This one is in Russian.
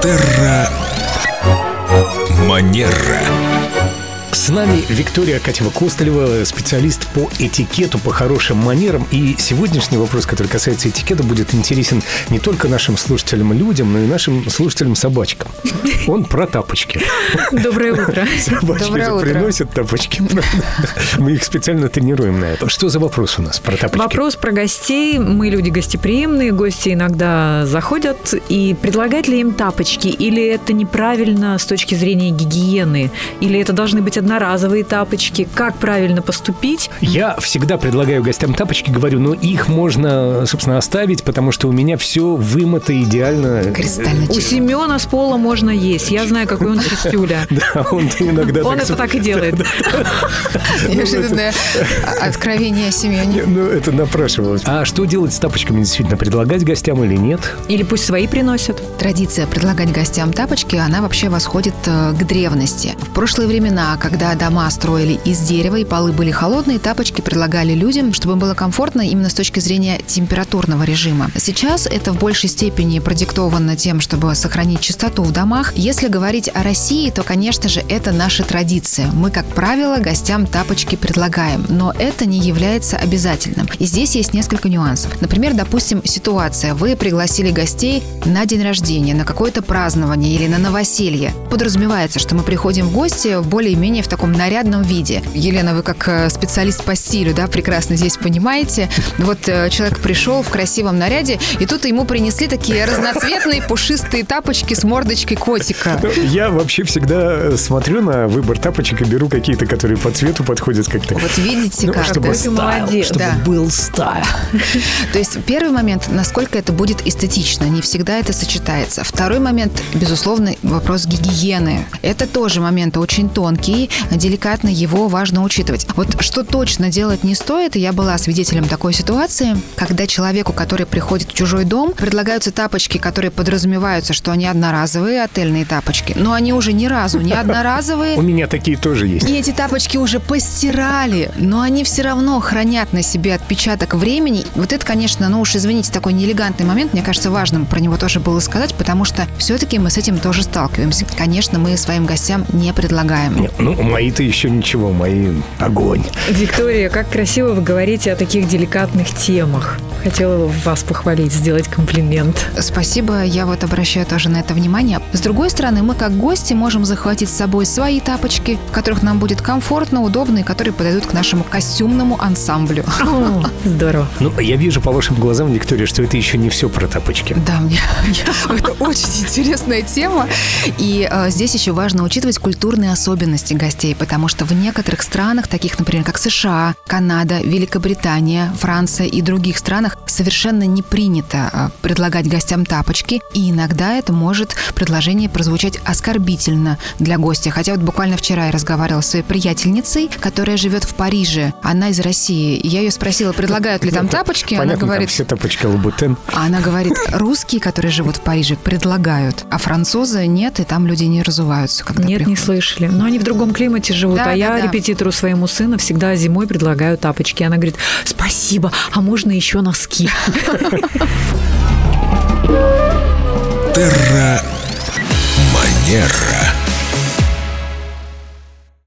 Терра Манера. С нами Виктория Акатьева-Костылева, специалист по этикету, по хорошим манерам. И сегодняшний вопрос, который касается этикета, будет интересен не только нашим слушателям-людям, но и нашим слушателям-собачкам. Он про тапочки. Доброе утро. Собачки приносят тапочки. Мы их специально тренируем на это. Что за вопрос у нас про тапочки? Вопрос про гостей. Мы люди гостеприимные, гости иногда заходят. И предлагать ли им тапочки? Или это неправильно с точки зрения гигиены? Или это должны быть одноразовые тапочки? Как правильно поступить? Я всегда предлагаю гостям тапочки, говорю, но их можно, собственно, оставить, потому что у меня все вымыто идеально. Кристально чисто. У Семена с пола можно есть. Я знаю, какой он чистюля. Да, он иногда... Он это так и делает. Неожиданное откровение о Семене. Ну, это напрашивалось. А что делать с тапочками, действительно? Предлагать гостям или нет? Или пусть свои приносят. Традиция предлагать гостям тапочки, она вообще восходит к древности. В прошлые времена, когда дома строили из дерева и полы были холодные, тапочки предлагали людям, чтобы им было комфортно именно с точки зрения температурного режима. Сейчас это в большей степени продиктовано тем, чтобы сохранить чистоту в домах. Если говорить о России, то, конечно же, это наша традиция. Мы, как правило, гостям тапочки предлагаем, но это не является обязательным. И здесь есть несколько нюансов. Например, допустим, ситуация. Вы пригласили гостей на день рождения, на какое-то празднование или на новоселье. Подразумевается, что мы приходим в гости в более-менее в таком нарядном виде. Елена, вы как специалист по стилю, да, прекрасно здесь понимаете. Вот человек пришел в красивом наряде, и тут ему принесли такие разноцветные пушистые тапочки с мордочкой котика. Я вообще всегда смотрю на выбор тапочек и беру какие-то, которые по цвету подходят как-то. Вот видите, как. Чтобы стайл, чтобы был стайл. То есть первый момент, насколько это будет эстетично, не всегда это сочетается. Второй момент, безусловно, вопрос гигиены. Это тоже момент очень тонкий, деликатно его важно учитывать. Вот что точно делать не стоит, и я была свидетелем такой ситуации, когда человеку, который приходит в чужой дом, предлагаются тапочки, которые подразумеваются, что они одноразовые, отельные тапочки, но они уже ни разу не одноразовые. У меня такие тоже есть. И эти тапочки уже постирали, но они все равно хранят на себе отпечаток времени. Вот это, конечно, ну уж извините, такой неэлегантный момент, мне кажется, важным про него тоже было сказать, потому что все-таки мы с этим тоже сталкиваемся. Конечно, мы своим гостям не предлагаем. Нет, ну, мои-то еще ничего, мои огонь. Виктория, как красиво вы говорите о таких деликатных темах. Хотела вас похвалить, сделать комплимент. Спасибо, я вот обращаю тоже на это внимание. С другой стороны, мы как гости можем захватить с собой свои тапочки, в которых нам будет комфортно, удобно и которые подойдут к нашему костюмному ансамблю. О, здорово. Ну, я вижу по вашим глазам, Виктория, что это еще не все про тапочки. Да, это очень интересная тема. И здесь еще важно учитывать культурные особенности гостей, потому что в некоторых странах, таких, например, как США, Канада, Великобритания, Франция и других странах, совершенно не принято предлагать гостям тапочки, и иногда это может предложение прозвучать оскорбительно для гостя. Хотя вот буквально вчера я разговаривала с своей приятельницей, которая живет в Париже. Она из России. И я ее спросила, предлагают ли там тапочки. Понятно, она говорит... там все тапочки Лабутен. Она говорит, русские, которые живут в Париже, предлагают, а французы нет, и там люди не разуваются, когда Нет, приходят. не слышали. Но они в другом климате живут. Да, я да. репетитору своему сына всегда зимой предлагаю тапочки. Она говорит, спасибо, а можно еще носки? Терра Манера.